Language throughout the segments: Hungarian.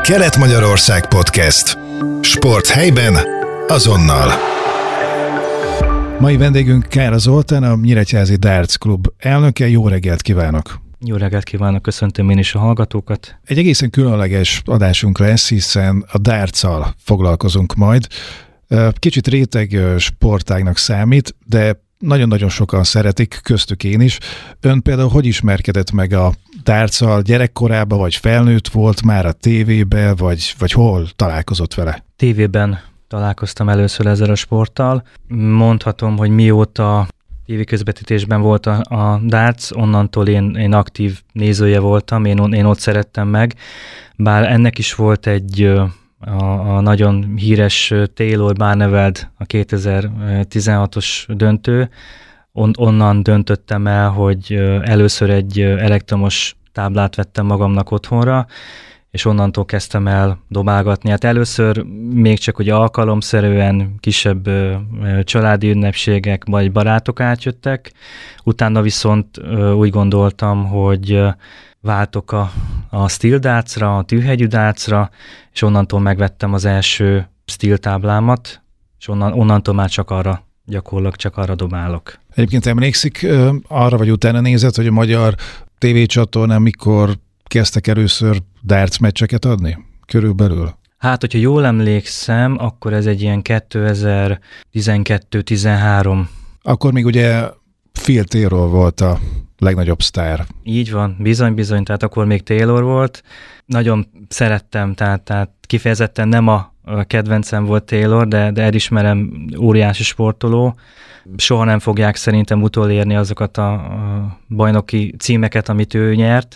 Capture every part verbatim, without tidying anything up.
Kelet-Magyarország Podcast. Sport helyben, azonnal. Mai vendégünk Kára Zoltán, a Nyíregyházi Darts Klub elnöke. Jó reggelt kívánok! Jó reggelt kívánok, köszöntöm én is a hallgatókat. Egy egészen különleges adásunk lesz, hiszen a dartszal foglalkozunk majd. Kicsit réteg sportágnak számít, de nagyon-nagyon sokan szeretik, köztük én is. Ön például hogy ismerkedett meg a dartszal? Gyerekkorában, vagy felnőtt volt már a tévébe, vagy, vagy hol találkozott vele? Tévében találkoztam először ezzel a sporttal. Mondhatom, hogy mióta tévéközvetítésben volt a, a darts, onnantól én, én aktív nézője voltam, én, én ott szerettem meg. Bár ennek is volt egy a, a nagyon híres Taylor Barneveld, a kétezer-tizenhatos döntő. On, onnan döntöttem el, hogy először egy elektromos táblát vettem magamnak otthonra, és onnantól kezdtem el dobálgatni. Hát először még csak ugye alkalomszerűen kisebb ö, családi ünnepségek vagy barátok átjöttek, utána viszont ö, úgy gondoltam, hogy ö, váltok a, a steel dartsra, a tűhegyű dartsra, és onnantól megvettem az első steel táblámat, és onnan, onnantól már csak arra, gyakorlatilag csak arra dobálok. Egyébként emlékszik ö, arra, vagy utána nézett, hogy a magyar tévécsatornán mikor kezdtek először darts meccseket adni? Körülbelül? Hát, hogyha jól emlékszem, akkor ez egy ilyen kétezer-tizenkettő-tizenhárom. Akkor még ugye Phil Taylor volt a legnagyobb sztár. Így van, bizony-bizony, tehát akkor még Taylor volt. Nagyon szerettem, tehát, tehát kifejezetten nem a kedvencem volt Taylor, de, de elismerem, óriási sportoló. Soha nem fogják szerintem utolérni azokat a, a bajnoki címeket, amit ő nyert.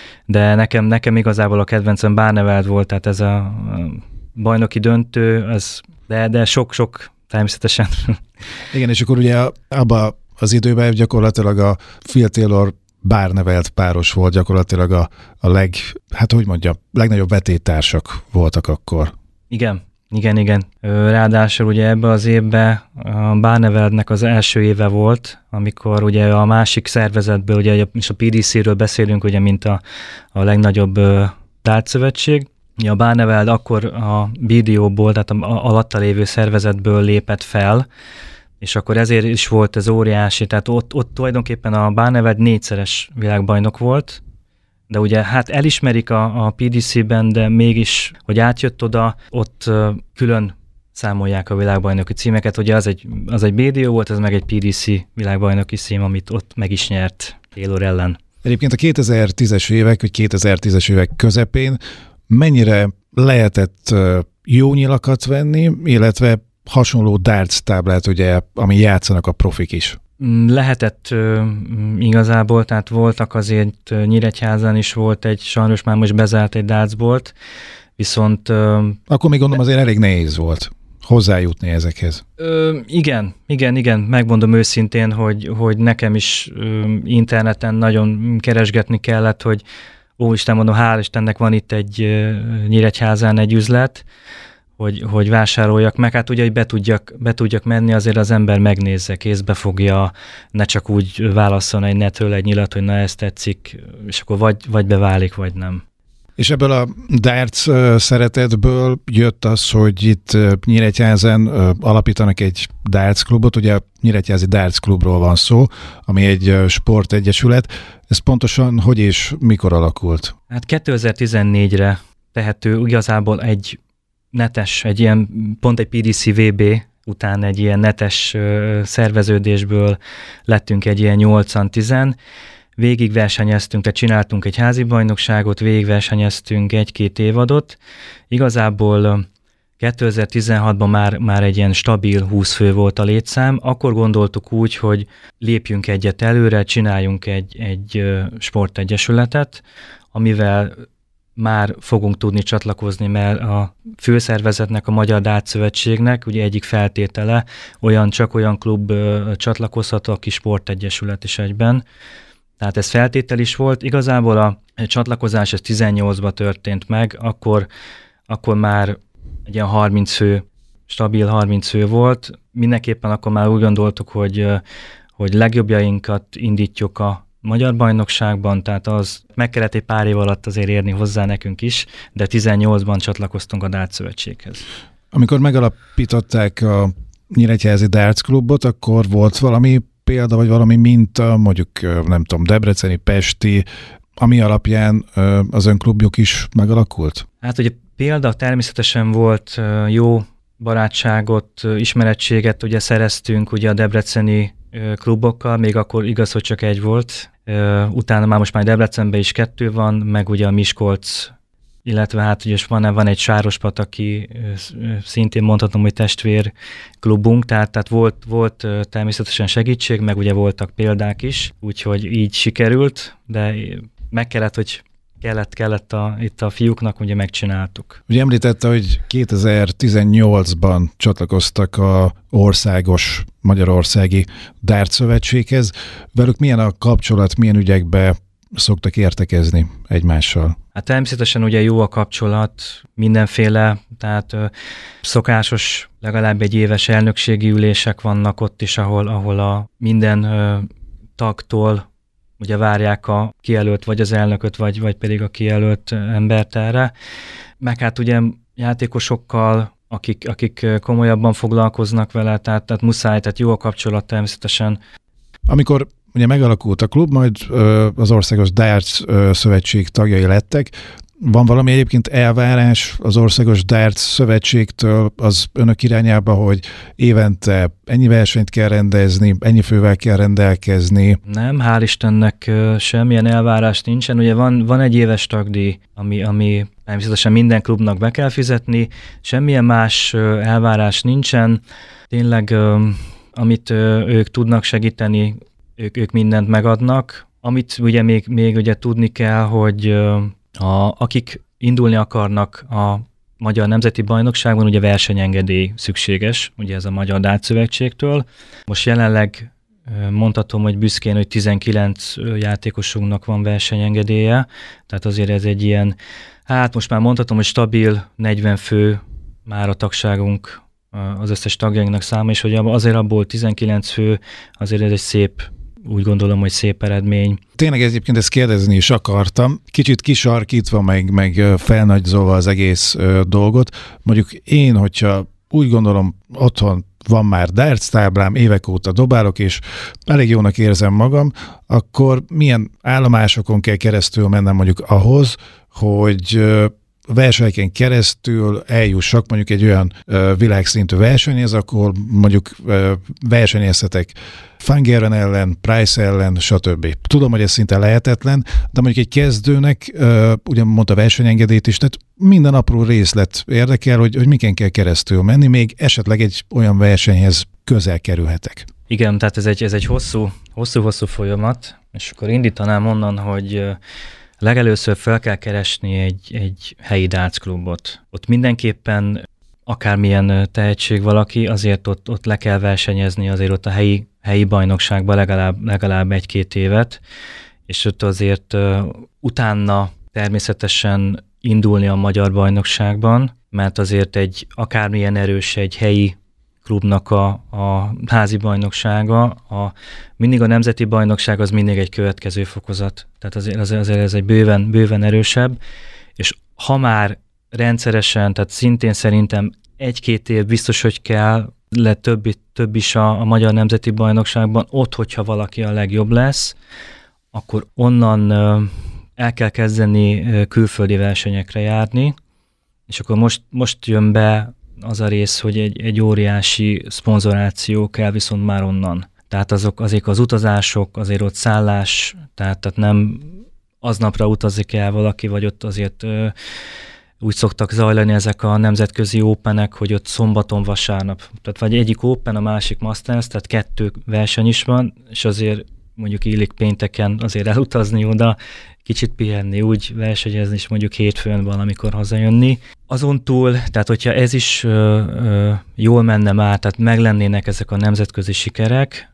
De nekem, nekem igazából a kedvencem Barneveld volt, tehát ez a bajnoki döntő, ez, de, de sok-sok természetesen. Igen, és akkor ugye abban az időben gyakorlatilag a Phil Taylor Barneveld páros volt gyakorlatilag a, a leg, hát hogy mondjam, legnagyobb vetélytársak voltak akkor. Igen, igen, igen. Ráadásul ugye ebbe az évben a Barneveldnek az első éve volt, amikor ugye a másik szervezetből, ugye és a pé dé cé-ről beszélünk, ugye, mint a, a legnagyobb dartszövetség. A Barneveld akkor a bé dé o-ból, tehát a, a alatta lévő szervezetből lépett fel, és akkor ezért is volt ez óriási, tehát ott, ott tulajdonképpen a Barneveld négyszeres világbajnok volt, de ugye hát elismerik a, a pé dé cé-ben, de mégis, hogy átjött oda, ott uh, külön számolják a világbajnoki címeket. Ugye az egy, az egy bé dé o volt, ez meg egy pé dé cé világbajnoki cím, amit ott meg is nyert Taylor ellen. Egyébként a kétezer-tízes évek, vagy kétezer-tízes évek közepén mennyire lehetett uh, jó nyilakat venni, illetve hasonló darts táblát, ugye, ami játszanak a profik is? Lehetett uh, igazából, tehát voltak azért uh, Nyíregyházán is volt egy, sajnos már most bezárt egy dartsbolt, viszont... Uh, Akkor még gondolom azért elég nehéz volt hozzájutni ezekhez. Uh, igen, igen, igen, megmondom őszintén, hogy, hogy nekem is uh, interneten nagyon keresgetni kellett, hogy ó, Isten, mondom, hál' Istennek van itt egy uh, Nyíregyházán egy üzlet, Hogy, hogy vásároljak meg. Hát ugye, hogy be tudjak, be tudjak menni, azért az ember megnézze, kézbe fogja, ne csak úgy válasszon egy netről egy nyilat, hogy na, ez tetszik, és akkor vagy, vagy beválik, vagy nem. És ebből a darts szeretetből jött az, hogy itt Nyíregyházán alapítanak egy darts klubot, ugye a Nyíregyházi Darts Klubról van szó, ami egy sportegyesület. Ez pontosan hogy és mikor alakult? Hát kétezer-tizennégyre tehető igazából egy netes, egy ilyen, pont egy pé dé cé vé bé után egy ilyen netes uh, szerveződésből lettünk egy ilyen nyolcan-tízen. Végigversenyeztünk, tehát csináltunk egy házi bajnokságot, végigversenyeztünk egy-két évadot. Igazából kétezer-tizenhatban már, már egy ilyen stabil húsz fő volt a létszám. Akkor gondoltuk úgy, hogy lépjünk egyet előre, csináljunk egy, egy sportegyesületet, amivel már fogunk tudni csatlakozni, mert a főszervezetnek, a Magyar Darts Szövetségnek ugye egyik feltétele olyan, csak olyan klub ö, csatlakozhat, aki sportegyesület is egyben. Tehát ez feltétel is volt. Igazából a csatlakozás ez tizennyolcban történt meg, akkor, akkor már egy ilyen harminc fő, stabil harminc fő volt. Mindenképpen akkor már úgy gondoltuk, hogy, hogy legjobbjainkat indítjuk a magyar bajnokságban, tehát az meg kellett egy pár év alatt azért érni hozzá nekünk is, de tizennyolcban csatlakoztunk a Darts Szövetséghez. Amikor megalapították a Nyíregyházi Darts Klubot, akkor volt valami példa, vagy valami minta, mondjuk nem tudom, debreceni, pesti, ami alapján az önklubjuk is megalakult? Hát ugye példa természetesen volt, jó barátságot, ismerettséget ugye szereztünk ugye a debreceni klubokkal, még akkor igaz, hogy csak egy volt. Utána már most már Debrecenben is kettő van, meg ugye a Miskolc, illetve hát ugye van, van egy Sárospatak, szintén mondhatom, hogy testvér klubunk, tehát, tehát volt, volt természetesen segítség, meg ugye voltak példák is, úgyhogy így sikerült, de meg kellett, hogy kellett, kellett a, itt a fiúknak, ugye megcsináltuk. Ugye említette, hogy kétezer-tizennyolcban csatlakoztak a országos magyarországi Darts Szövetséghez. Velük milyen a kapcsolat, milyen ügyekbe szoktak értekezni egymással? Hát természetesen ugye jó a kapcsolat, mindenféle, tehát ö, szokásos, legalább egy éves elnökségi ülések vannak ott is, ahol, ahol a minden ö, tagtól ugye várják a kijelölt vagy az elnököt, vagy, vagy pedig a kijelölt embert erre. Meg hát ugye játékosokkal, akik, akik komolyabban foglalkoznak vele, tehát, tehát muszáj, tehát jó a kapcsolat természetesen. Amikor ugye megalakult a klub, majd az Országos Darts Szövetség tagjai lettek, van valami egyébként elvárás az Országos Darts Szövetségtől az önök irányába, hogy évente ennyi versenyt kell rendezni, ennyi fővel kell rendelkezni? Nem, hál' Istennek semmilyen elvárás nincsen. Ugye van, van egy éves tagdíj, ami, ami természetesen minden klubnak be kell fizetni, semmilyen más elvárás nincsen. Tényleg, amit ők tudnak segíteni, ők, ők mindent megadnak. Amit ugye még, még ugye tudni kell, hogy A, akik indulni akarnak a Magyar Nemzeti Bajnokságban, ugye versenyengedély szükséges, ugye ez a Magyar Darts Szövetségtől. Most jelenleg mondhatom, hogy büszkén, hogy tizenkilenc játékosunknak van versenyengedélye, tehát azért ez egy ilyen, hát most már mondhatom, hogy stabil negyven fő már a tagságunk, az összes tagjainknak száma, és hogy azért abból tizenkilenc fő, azért ez egy szép, úgy gondolom, hogy szép eredmény. Tényleg egyébként ezt kérdezni is akartam, kicsit kisarkítva, meg, meg felnagyzolva az egész ö, dolgot. Mondjuk én, hogyha úgy gondolom, otthon van már darts táblám, évek óta dobálok, és elég jónak érzem magam, akkor milyen állomásokon kell keresztül mennem mondjuk ahhoz, hogy ö, versenyeken keresztül eljussak mondjuk egy olyan ö, világszintű versenyhez, akkor mondjuk ö, versenyezhetek Fangeren ellen, Price ellen, stb. Tudom, hogy ez szinte lehetetlen, de mondjuk egy kezdőnek, ö, ugye mondta versenyengedélyt is, tehát minden apró részlet érdekel, hogy, hogy miken kell keresztül menni, még esetleg egy olyan versenyhez közel kerülhetek. Igen, tehát ez egy, ez egy hosszú, hosszú-hosszú folyamat, és akkor indítanám onnan, hogy legelőször fel kell keresni egy, egy helyi darts klubot. Ott mindenképpen akármilyen tehetség valaki, azért ott, ott le kell versenyezni, azért ott a helyi, helyi bajnokságban legalább, legalább egy-két évet, és ott azért uh, utána természetesen indulni a magyar bajnokságban, mert azért egy akármilyen erős egy helyi klubnak a, a házi bajnoksága, a, mindig a nemzeti bajnokság az mindig egy következő fokozat. Tehát azért, azért, azért ez egy bőven, bőven erősebb, és ha már rendszeresen, tehát szintén szerintem egy-két év biztos, hogy kell, le több, több is a, a magyar nemzeti bajnokságban, ott, hogyha valaki a legjobb lesz, akkor onnan el kell kezdeni külföldi versenyekre járni, és akkor most, most jön be az a rész, hogy egy, egy óriási szponzoráció kell viszont már onnan. Tehát azok, azok az utazások, azért ott szállás, tehát, tehát nem aznapra utazik el valaki, vagy ott azért ö, úgy szoktak zajlani ezek a nemzetközi openek, hogy ott szombaton, vasárnap. Tehát vagy egyik open, a másik masters, tehát kettő verseny is van, és azért mondjuk illik pénteken azért elutazni oda, kicsit pihenni, úgy versenyezni, és mondjuk hétfőn valamikor hazajönni. Azon túl, tehát hogyha ez is ö, ö, jól menne már, tehát meglennének ezek a nemzetközi sikerek,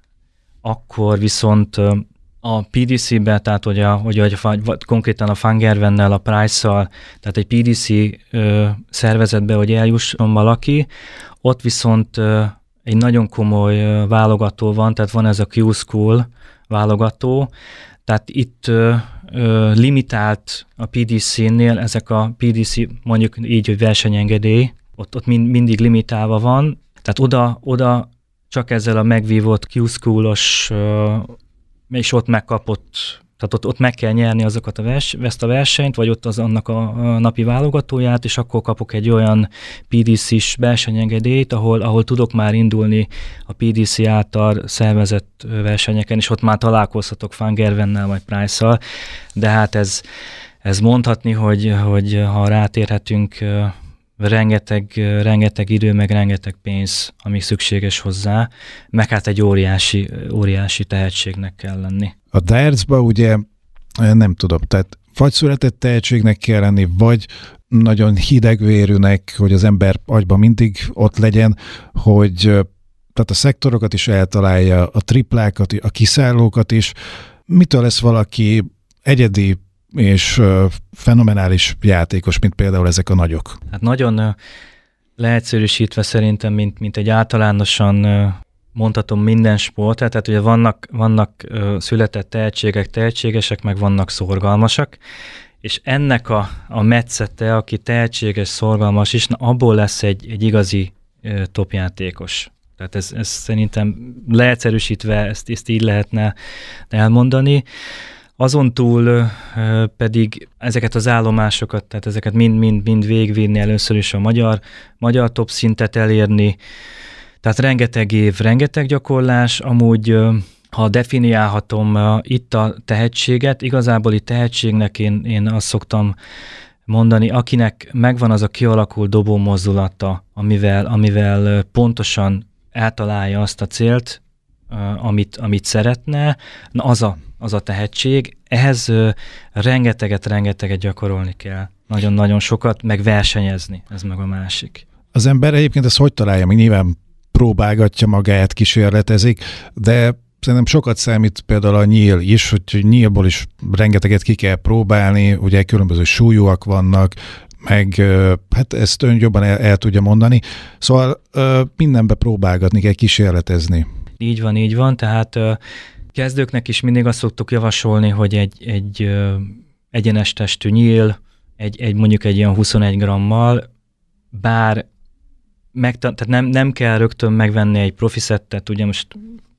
akkor viszont ö, a pé dé cé-be, tehát hogy, a, hogy a, konkrétan a Fangervennel, a Price-szal, tehát egy pé dé cé ö, szervezetbe, hogy eljusson valaki, ott viszont ö, egy nagyon komoly ö, válogató van, tehát van ez a Q-School válogató, Tehát itt ö, ö, limitált a pé dé cé-nél ezek a pé dé cé, mondjuk így, hogy versenyengedély, ott, ott mind, mindig limitálva van, tehát oda, oda csak ezzel a megvívott Q-School-os, ö, és ott megkapott, tehát ott, ott meg kell nyerni azokat a vers, ezt a versenyt, vagy ott az annak a, a napi válogatóját, és akkor kapok egy olyan pé dé cés versenyengedélyt, ahol, ahol tudok már indulni a pé dé cé által szervezett versenyeken, és ott már találkozhatok Van Gervennel vagy Price-szal, de hát ez, ez mondhatni, hogy, hogy ha rátérhetünk, rengeteg, rengeteg idő, meg rengeteg pénz, ami szükséges hozzá, meg hát egy óriási, óriási tehetségnek kell lenni. A dartsba ugye nem tudom, tehát vagy született tehetségnek kell lenni, vagy nagyon hidegvérűnek, hogy az ember agyban mindig ott legyen, hogy tehát a szektorokat is eltalálja, a triplákat, a kiszállókat is. Mitől lesz valaki egyedi és fenomenális játékos, mint például ezek a nagyok? Hát nagyon leegyszerűsítve szerintem, mint, mint egy általánosan mondhatom minden sportát, tehát ugye vannak, vannak született tehetségek, tehetségesek, meg vannak szorgalmasak, és ennek a, a metszete, aki tehetséges, szorgalmas is, na, abból lesz egy, egy igazi topjátékos. Tehát ez, ez szerintem leegyszerűsítve ezt, ezt így lehetne elmondani. Azon túl pedig ezeket az állomásokat, tehát ezeket mind-mind végvinni, először is a magyar, magyar top szintet elérni, tehát rengeteg év, rengeteg gyakorlás, amúgy ha definiálhatom itt a tehetséget, igazából itt tehetségnek én, én azt szoktam mondani, akinek megvan az a kialakult dobó mozdulata, amivel, amivel pontosan eltalálja azt a célt, amit, amit szeretne, na az a, az a tehetség, ehhez rengeteget, rengeteget gyakorolni kell. Nagyon-nagyon sokat, meg versenyezni, ez meg a másik. Az ember egyébként ezt hogy találja? Még nyilván próbálgatja magát, kísérletezik, de szerintem sokat számít például a nyíl is, hogy nyílból is rengeteget ki kell próbálni, ugye különböző súlyúak vannak, meg hát ezt ön jobban el, el tudja mondani. Szóval mindenbe próbálgatni kell, kísérletezni. Így van, így van, tehát kezdőknek is mindig azt szoktuk javasolni, hogy egy, egy egyenes testű nyíl, egy, egy mondjuk egy ilyen huszonegy grammal, bár meg, tehát nem, nem kell rögtön megvenni egy profi szettet, ugye most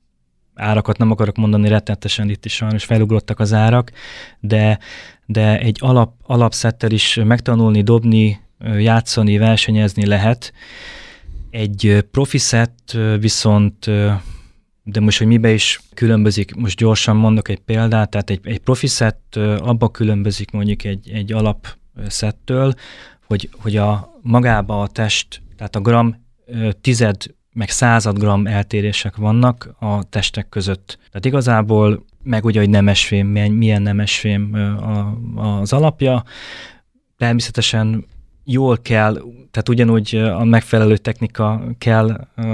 árakat nem akarok mondani, rettenetesen itt is sajnos felugrottak az árak, de, de egy alap, alapszettel is megtanulni, dobni, játszani, versenyezni lehet. Egy profi szett viszont, de most, hogy mibe is különbözik, most gyorsan mondok egy példát, tehát egy, egy profi szett abba különbözik mondjuk egy, egy alapszettől, hogy, hogy a magába a test, tehát a gram tized meg század gram eltérések vannak a testek között. Tehát igazából meg ugye, hogy nemesfém, milyen nemesfém az alapja, természetesen jól kell, tehát ugyanúgy a megfelelő technika kell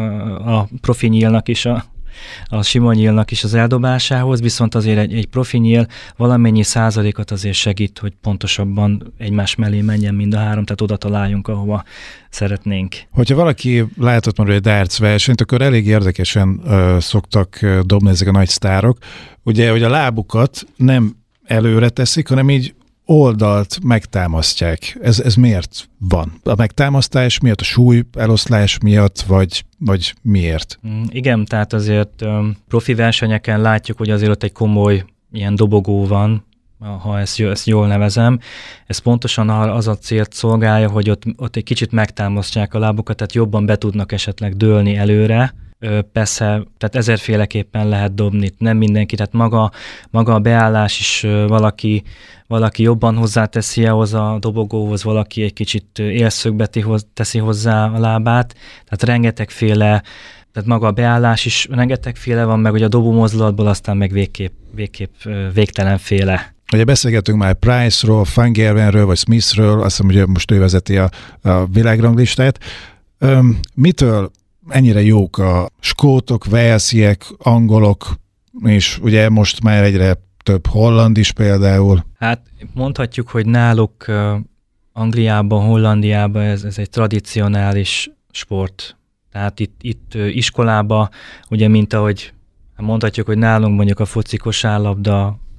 a profi nyílnak is, a, a sima nyílnak is az eldobásához, viszont azért egy, egy profi nyíl valamennyi százalékot azért segít, hogy pontosabban egymás mellé menjen mind a három, tehát oda találjunk, ahova szeretnénk. Hogyha valaki látott már egy darts versenyt, akkor elég érdekesen uh, szoktak uh, dobni ezek a nagy sztárok. Ugye, hogy a lábukat nem előre teszik, hanem így oldalt megtámasztják. Ez, ez miért van? A megtámasztás miatt, a súly eloszlás miatt, vagy, vagy miért? Igen, tehát azért um, profi versenyeken látjuk, hogy azért ott egy komoly ilyen dobogó van, ha ezt, ezt jól nevezem. Ez pontosan az a célt szolgálja, hogy ott, ott egy kicsit megtámasztják a lábukat, tehát jobban be tudnak esetleg dőlni előre. Persze, tehát ezerféleképpen lehet dobni, nem mindenki, tehát maga, maga a beállás is valaki, valaki jobban hozzáteszi ahhoz a dobogóhoz, valaki egy kicsit élszögbe teszi hozzá a lábát, tehát rengetegféle, tehát maga a beállás is rengetegféle van, meg hogy a dobó mozdulatból aztán meg végképp, végképp végtelenféle. Ugye beszélgetünk már Price-ról, Van Gerwenről, vagy Smithről, azt hiszem, hogy most ő vezeti a, a világranglistát. Öm, mitől ennyire jók a skótok, walesiek, angolok, és ugye most már egyre több holland is például? Hát mondhatjuk, hogy náluk Angliában, Hollandiában ez, ez egy tradicionális sport. Tehát itt, itt iskolában, ugye mint ahogy mondhatjuk, hogy nálunk mondjuk a foci, kosárlabda,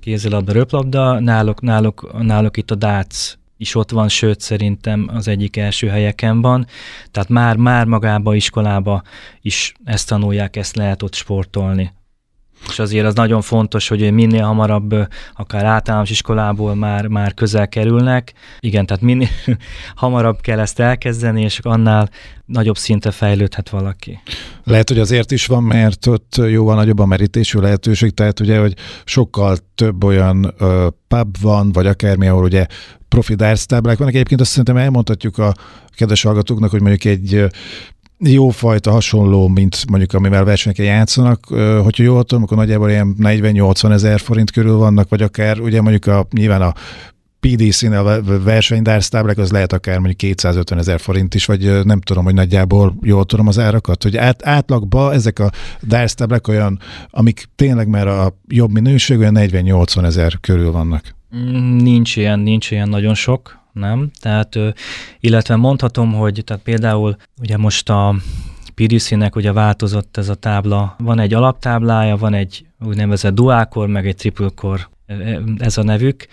kézilabda, röplabda, náluk, náluk, náluk itt a darts is ott van, sőt szerintem az egyik első helyeken van, tehát már, már magába iskolába is ezt tanulják, ezt lehet ott sportolni. És azért az nagyon fontos, hogy minél hamarabb, akár általános iskolából már, már közel kerülnek. Igen, tehát minél hamarabb kell ezt elkezdeni, és annál nagyobb szintre fejlődhet valaki. Lehet, hogy azért is van, mert ott jóval nagyobb a merítésű lehetőség, tehát ugye, hogy sokkal több olyan ö, pub van, vagy akármi, ahol ugye profi darts táblák vannak. Egyébként azt szerintem elmondhatjuk a kedves hallgatóknak, hogy mondjuk egy jófajta hasonló, mint mondjuk amivel versenyeken játszanak, hogyha jól tudom, akkor nagyjából ilyen negyven-nyolcvan ezer forint körül vannak, vagy akár ugye mondjuk a, nyilván a pé dé cé-nél a versenydársztáblák, az lehet akár mondjuk kétszázötven ezer forint is, vagy nem tudom, hogy nagyjából jól tudom az árakat, hogy át, átlagban ezek a dársztáblák olyan, amik tényleg már a jobb minőség, olyan negyven-nyolcvan ezer körül vannak. Nincs ilyen, nincs ilyen nagyon sok. Nem? Tehát, illetve mondhatom, hogy tehát például ugye most a pé dé cé-nek ugye változott ez a tábla. Van egy alaptáblája, van egy úgynevezett dual core, meg egy triple core, ez a nevük.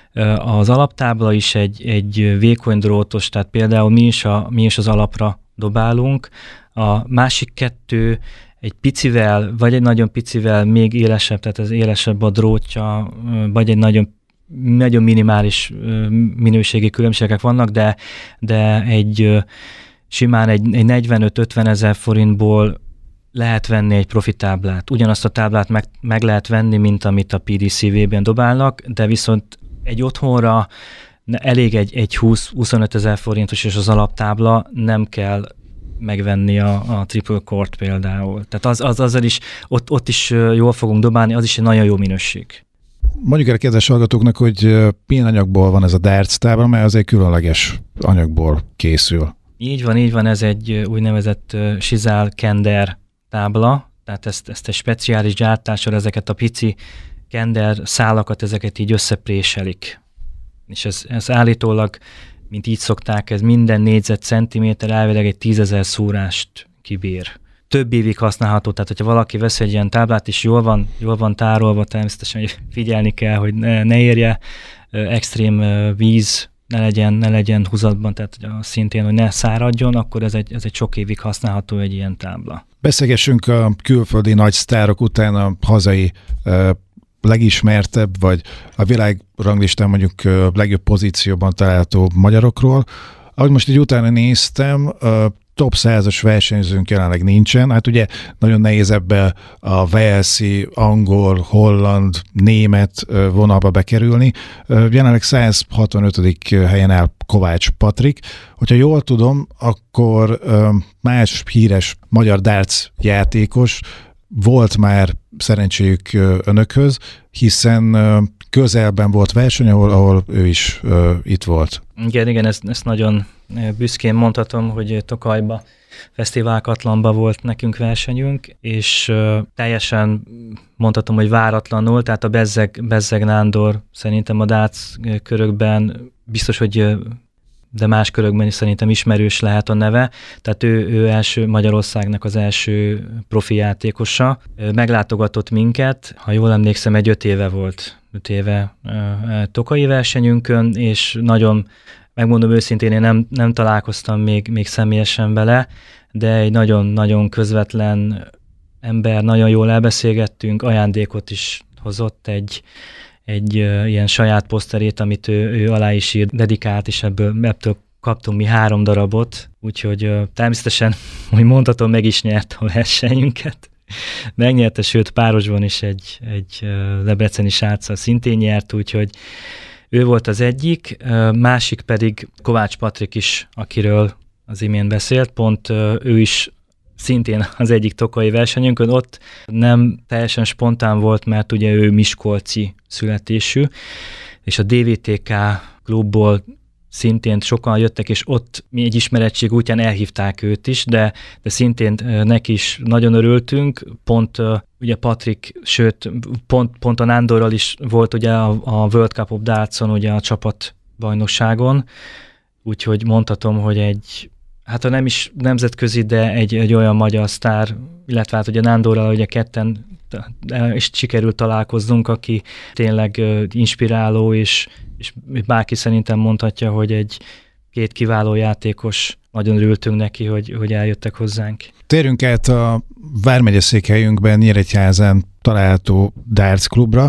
Az alaptábla is egy, egy vékony drótos, tehát például mi is, a, mi is az alapra dobálunk. A másik kettő egy picivel, vagy egy nagyon picivel még élesebb, tehát ez élesebb a drótja, vagy egy nagyon nagyon minimális minőségi különbségek vannak, de, de egy simán egy, egy negyvenöt-ötven ezer forintból lehet venni egy profi táblát. Ugyanazt a táblát meg, meg lehet venni, mint amit a pé dé cé vé-ben dobálnak, de viszont egy otthonra elég egy, egy húsz-huszonöt ezer forintos és az alaptábla, nem kell megvenni a, a triple core-t például. Tehát az, az, azzal is, ott, ott is jól fogunk dobálni, az is egy nagyon jó minőség. Mondjuk el a kedves hallgatóknak, hogy milyen anyagból van ez a darts tábla, mert az egy különleges anyagból készül. Így van, így van, ez egy úgynevezett Sizal Kender tábla, tehát ezt, ezt egy speciális gyártással ezeket a pici kender szálakat, ezeket így összepréselik. És ez, ez állítólag, mint így szokták, ez minden négyzetcentiméter elvileg egy tízezer szúrást kibír. Több évig használható, tehát hogyha valaki vesz egy ilyen táblát, és jól van, jól van tárolva, természetesen hogy figyelni kell, hogy ne, ne érje extrém víz, ne legyen, ne legyen húzatban, tehát hogy szintén, hogy ne száradjon, akkor ez egy, ez egy sok évig használható egy ilyen tábla. Beszélgessünk a külföldi nagy sztárok után a hazai uh, legismertebb, vagy a világranglistán mondjuk uh, legjobb pozícióban található magyarokról. Ahogy most így utána néztem, uh, top százas versenyzőnk jelenleg nincsen. Hát ugye nagyon nehéz ebbe a walesi, angol, holland, német vonalba bekerülni. Jelenleg száz hatvanötödik helyen áll Kovács Patrik. Hogyha jól tudom, akkor más híres magyar darts játékos volt már szerencséjük önökhöz, hiszen közelben volt verseny, ahol, ahol ő is uh, itt volt. Igen, igen, ezt, ezt nagyon büszkén mondhatom, hogy Tokajba, Fesztiválkatlanba volt nekünk versenyünk, és uh, teljesen mondhatom, hogy váratlanul, tehát a Bezzeg, Bezzeg Nándor szerintem a darts körökben biztos, hogy de más körökben is szerintem ismerős lehet a neve. Tehát ő, ő első Magyarországnak az első profi játékosa. Meglátogatott minket, ha jól emlékszem, egy öt éve volt, öt éve tokai versenyünkön, és nagyon, megmondom őszintén, én nem, nem találkoztam még, még személyesen vele, de egy nagyon-nagyon közvetlen ember, nagyon jól elbeszélgettünk, ajándékot is hozott, egy egy uh, ilyen saját poszterét, amit ő, ő alá is írt, dedikált, és ebből, ebből kaptunk mi három darabot, úgyhogy uh, természetesen, hogy mondhatom, meg is nyert a versenyünket. Megnyerte, sőt párosban is egy, egy uh, debreceni sráccal szintén nyert, úgyhogy ő volt az egyik, uh, másik pedig Kovács Patrik is, akiről az imént beszélt, pont uh, ő is szintén az egyik tokai versenyünkön, ott nem teljesen spontán volt, mert ugye ő miskolci születésű, és a dé vé té ká klubból szintén sokan jöttek, és ott mi egy ismerettség útján elhívták őt is, de, de szintén neki is nagyon örültünk, pont ugye Patrik, sőt, pont, pont a Nándorral is volt ugye a, a World Cup of Dartson, ugye a csapatbajnokságon, úgyhogy mondhatom, hogy egy hát ha nem is nemzetközi, de egy, egy olyan magyar sztár, illetve hát ugye Nándorral ugye ketten és sikerült találkoznunk, aki tényleg inspiráló, és, és bárki szerintem mondhatja, hogy egy két kiváló játékos, nagyon örültünk neki, hogy, hogy eljöttek hozzánk. Térjünk át a vármegyeszékhelyünkben Nyíregyházán található darts klubra,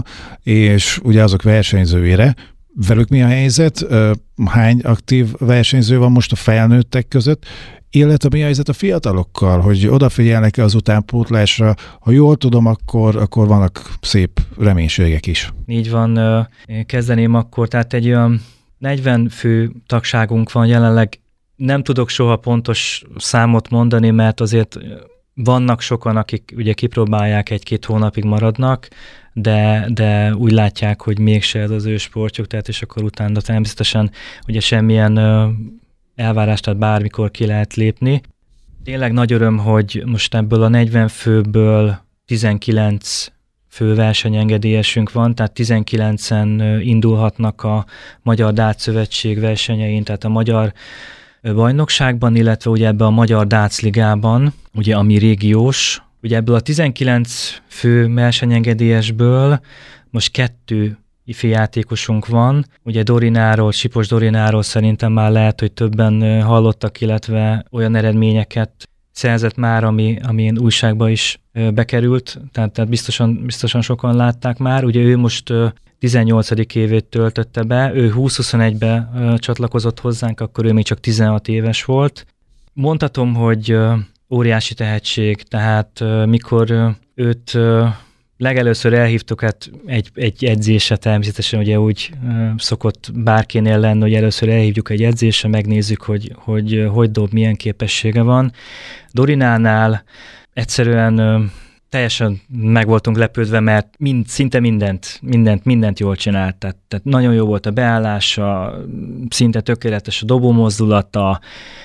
és ugye azok versenyzőire. Velük mi a helyzet? Hány aktív versenyző van most a felnőttek között? Illetve mi a helyzet a fiatalokkal, hogy odafigyelnek-e az utánpótlásra? Ha jól tudom, akkor, akkor vannak szép reménységek is. Így van, kezdeném akkor, tehát egy olyan negyven fő tagságunk van jelenleg. Nem tudok soha pontos számot mondani, mert azért vannak sokan, akik ugye kipróbálják, egy-két hónapig maradnak, de, de úgy látják, hogy mégse ez az ő sportjuk, tehát és akkor utána természetesen ugye semmilyen elvárást, tehát bármikor ki lehet lépni. Tényleg nagy öröm, hogy most ebből a negyven főből tizenkilenc fő versenyengedélyesünk van, tehát tizenkilencen indulhatnak a Magyar Darts Szövetség versenyein, tehát a magyar bajnokságban, illetve ugye ebbe a Magyar Darts Ligában, ugye ami régiós. Ugye ebből a tizenkilenc fő versenyengedélyesből most kettő ifi játékosunk van. Ugye Dorináról, Sipos Dorináról szerintem már lehet, hogy többen hallottak, illetve olyan eredményeket szerzett már, ami, ami én újságba is bekerült, tehát, tehát biztosan, biztosan sokan látták már. Ugye ő most tizennyolcadik évét töltötte be, ő húsz-huszonegybe csatlakozott hozzánk, akkor ő még csak tizenhat éves volt. Mondhatom, hogy óriási tehetség, tehát mikor őt legelőször elhívtuk, hát egy, egy edzésre, természetesen ugye úgy szokott bárkinél lenni, hogy először elhívjuk egy edzésre, megnézzük, hogy hogy, hogy dob, milyen képessége van. Dorinánál egyszerűen teljesen meg voltunk lepődve, mert mind, szinte mindent, mindent, mindent jól csinált. Tehát, tehát nagyon jó volt a beállása, szinte tökéletes a dobómozdulata,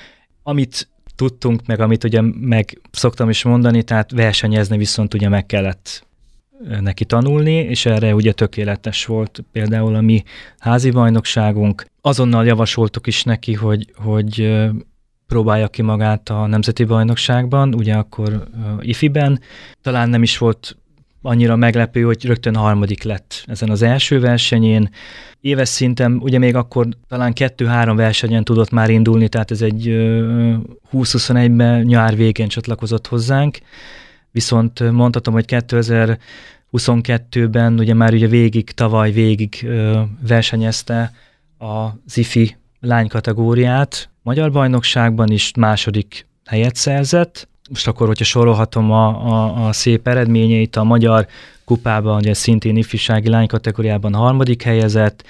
amit tudtunk, meg amit ugye meg szoktam is mondani, tehát versenyezni viszont ugye meg kellett neki tanulni, és erre ugye tökéletes volt például a mi házi bajnokságunk. Azonnal javasoltuk is neki, hogy, hogy próbálja ki magát a nemzeti bajnokságban, ugye akkor uh, ifiben. Talán nem is volt annyira meglepő, hogy rögtön harmadik lett ezen az első versenyén. Éves szinten, ugye még akkor talán kettő-három versenyen tudott már indulni, tehát ez egy uh, húsz-huszonegyben nyár végén csatlakozott hozzánk. Viszont mondhatom, hogy kétezer-huszonkettőben ugye már ugye végig, tavaly végig uh, versenyezte az ifi lány kategóriát. Magyar bajnokságban is második helyet szerzett. Most akkor, hogyha sorolhatom a, a, a szép eredményeit, a magyar kupában, ugye szintén ifjúsági lány kategóriában harmadik helyezett,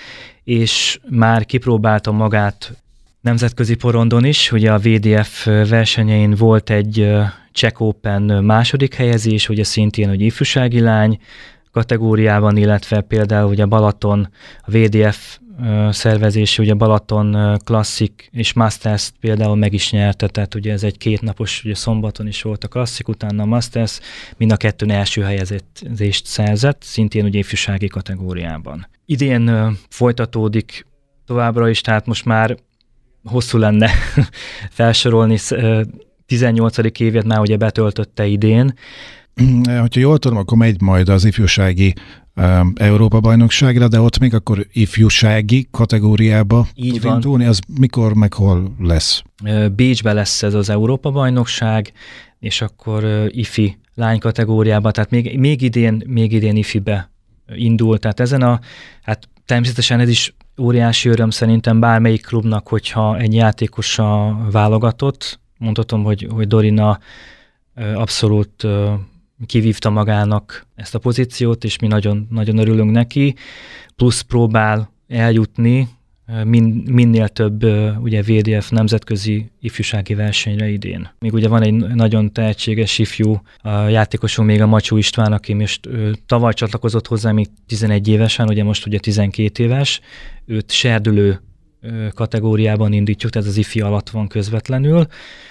és már kipróbálta magát nemzetközi porondon is. Ugye a vé dé ef versenyein volt egy Czech Open második helyezés, ugye szintén hogy ifjúsági lány kategóriában, illetve például ugye Balaton, a vé dé ef szervezési, ugye Balaton Classic és Masters például meg is nyerte, tehát ugye ez egy kétnapos, ugye szombaton is volt a Classic, utána a Masters, mind a kettőn első helyezést szerzett, szintén ugye ifjúsági kategóriában. Idén folytatódik továbbra is, tehát most már hosszú lenne felsorolni, tizennyolcadik évét már ugye betöltötte idén. Hogyha jól tudom, akkor megy majd az ifjúsági um, Európa-bajnokságra, de ott még akkor ifjúsági kategóriába így tud indulni, az mikor, meg hol lesz? Bécsben lesz ez az Európa-bajnokság, és akkor uh, ifi lány kategóriában, tehát még, még idén, még idén ifibe indul, tehát ezen a, hát természetesen ez is óriási öröm szerintem bármelyik klubnak, hogyha egy játékosa válogatott. Mondhatom, hogy, hogy Dorina uh, abszolút uh, kivívta magának ezt a pozíciót, és mi nagyon, nagyon örülünk neki, plusz próbál eljutni min, minél több ugye vé dé ef nemzetközi ifjúsági versenyre idén. Még ugye van egy nagyon tehetséges ifjú a játékosunk, még a Macsó István, aki most ő, tavaly csatlakozott hozzá, még tizenegy évesen, ugye most ugye tizenkét éves, őt serdülő kategóriában indítjuk, tehát az ifi alatt van közvetlenül.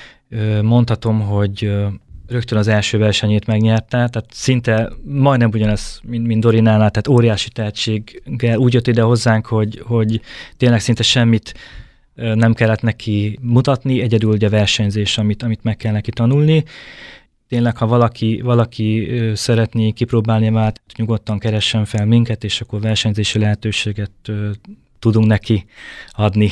Mondhatom, hogy rögtön az első versenyét megnyerte, tehát szinte majdnem ugyanez, mint, mint Dorinánál, tehát óriási tehetséggel úgy jött ide hozzánk, hogy, hogy tényleg szinte semmit nem kellett neki mutatni, egyedül ugye versenyzés, amit, amit meg kell neki tanulni. Tényleg, ha valaki, valaki szeretné kipróbálni vált, nyugodtan keressen fel minket, és akkor versenyzési lehetőséget tudunk neki adni.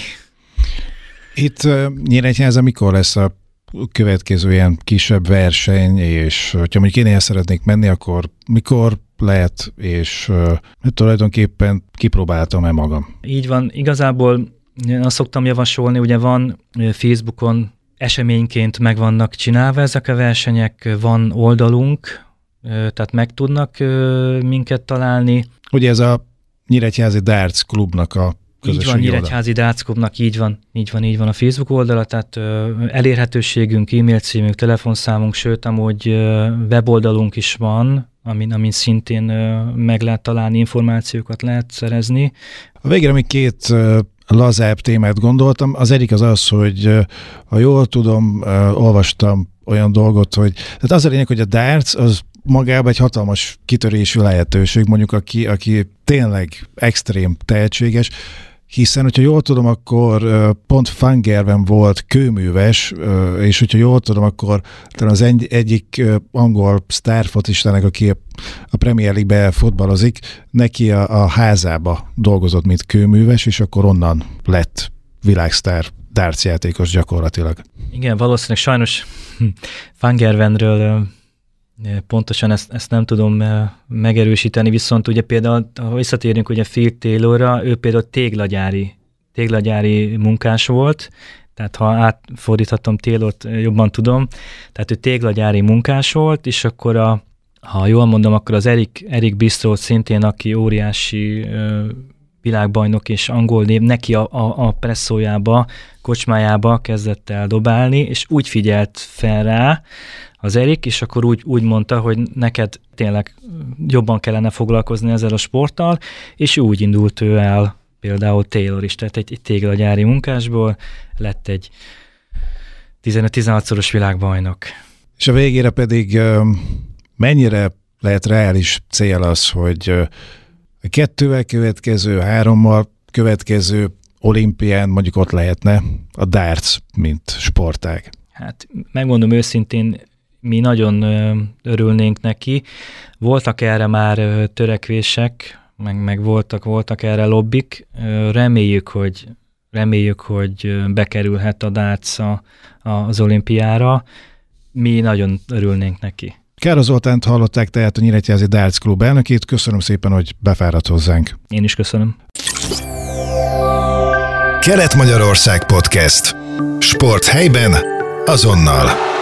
Itt uh, Nyíregyházan mikor lesz a következő ilyen kisebb verseny, és ha mondjuk én el szeretnék menni, akkor mikor lehet, és uh, tulajdonképpen kipróbáltam-e magam? Így van, igazából azt szoktam javasolni, ugye van Facebookon eseményként meg vannak csinálva ezek a versenyek, van oldalunk, tehát meg tudnak minket találni. Ugye ez a Nyíregyházi Darts Klubnak a Így van, Nyíregyházi Darts Klubnak, így van, így van, így van a Facebook oldala, tehát elérhetőségünk, e-mail címünk, telefonszámunk, sőt, amúgy weboldalunk is van, amin, amin szintén meg lehet találni, információkat lehet szerezni. A végére még két lazább témát gondoltam. Az egyik az az, hogy ha jól tudom, olvastam olyan dolgot, hogy tehát az a lényeg, hogy a darts az magában egy hatalmas kitörésű lehetőség, mondjuk aki, aki tényleg extrém tehetséges, hiszen, hogyha jól tudom, akkor pont Fangerben volt kőműves, és hogyha jól tudom, akkor talán az egy, egyik angol sztárfocistának, aki a Premier League-be fotballozik, neki a, a házába dolgozott, mint kőműves, és akkor onnan lett világsztár darts játékos gyakorlatilag. Igen, valószínűleg sajnos Fangervenről pontosan ezt, ezt nem tudom megerősíteni, viszont ugye például, ha visszatérünk ugye Phil Taylorra, ő például téglagyári, téglagyári munkás volt, tehát ha átfordíthatom, Taylort jobban tudom, tehát ő téglagyári munkás volt, és akkor a, ha jól mondom, akkor az Eric, Eric Bistro szintén, aki óriási ö, világbajnok és angol név, neki a, a, a presszójába, kocsmájába kezdett el dobálni, és úgy figyelt fel rá az Erik, és akkor úgy, úgy mondta, hogy neked tényleg jobban kellene foglalkozni ezzel a sporttal, és úgy indult ő el például Taylor is, tehát egy, egy téglagyári munkásból lett egy tizenöt-tizenhatszoros világbajnok. És a végére pedig mennyire lehet reális cél az, hogy a kettővel következő, hárommal következő olimpián mondjuk ott lehetne a darts, mint sportág? Hát megmondom őszintén, mi nagyon örülnénk neki. Voltak erre már törekvések, meg, meg voltak, voltak erre lobbik. Reméljük, hogy, reméljük, hogy bekerülhet a darts a, az olimpiára. Mi nagyon örülnénk neki. Kára Zoltánt hallották, tehát a Nyíregyházi Darts Klub elnökét. Köszönöm szépen, hogy befáradt hozzánk. Én is köszönöm. Kelet-Magyarország Podcast. Sport helyben, azonnal.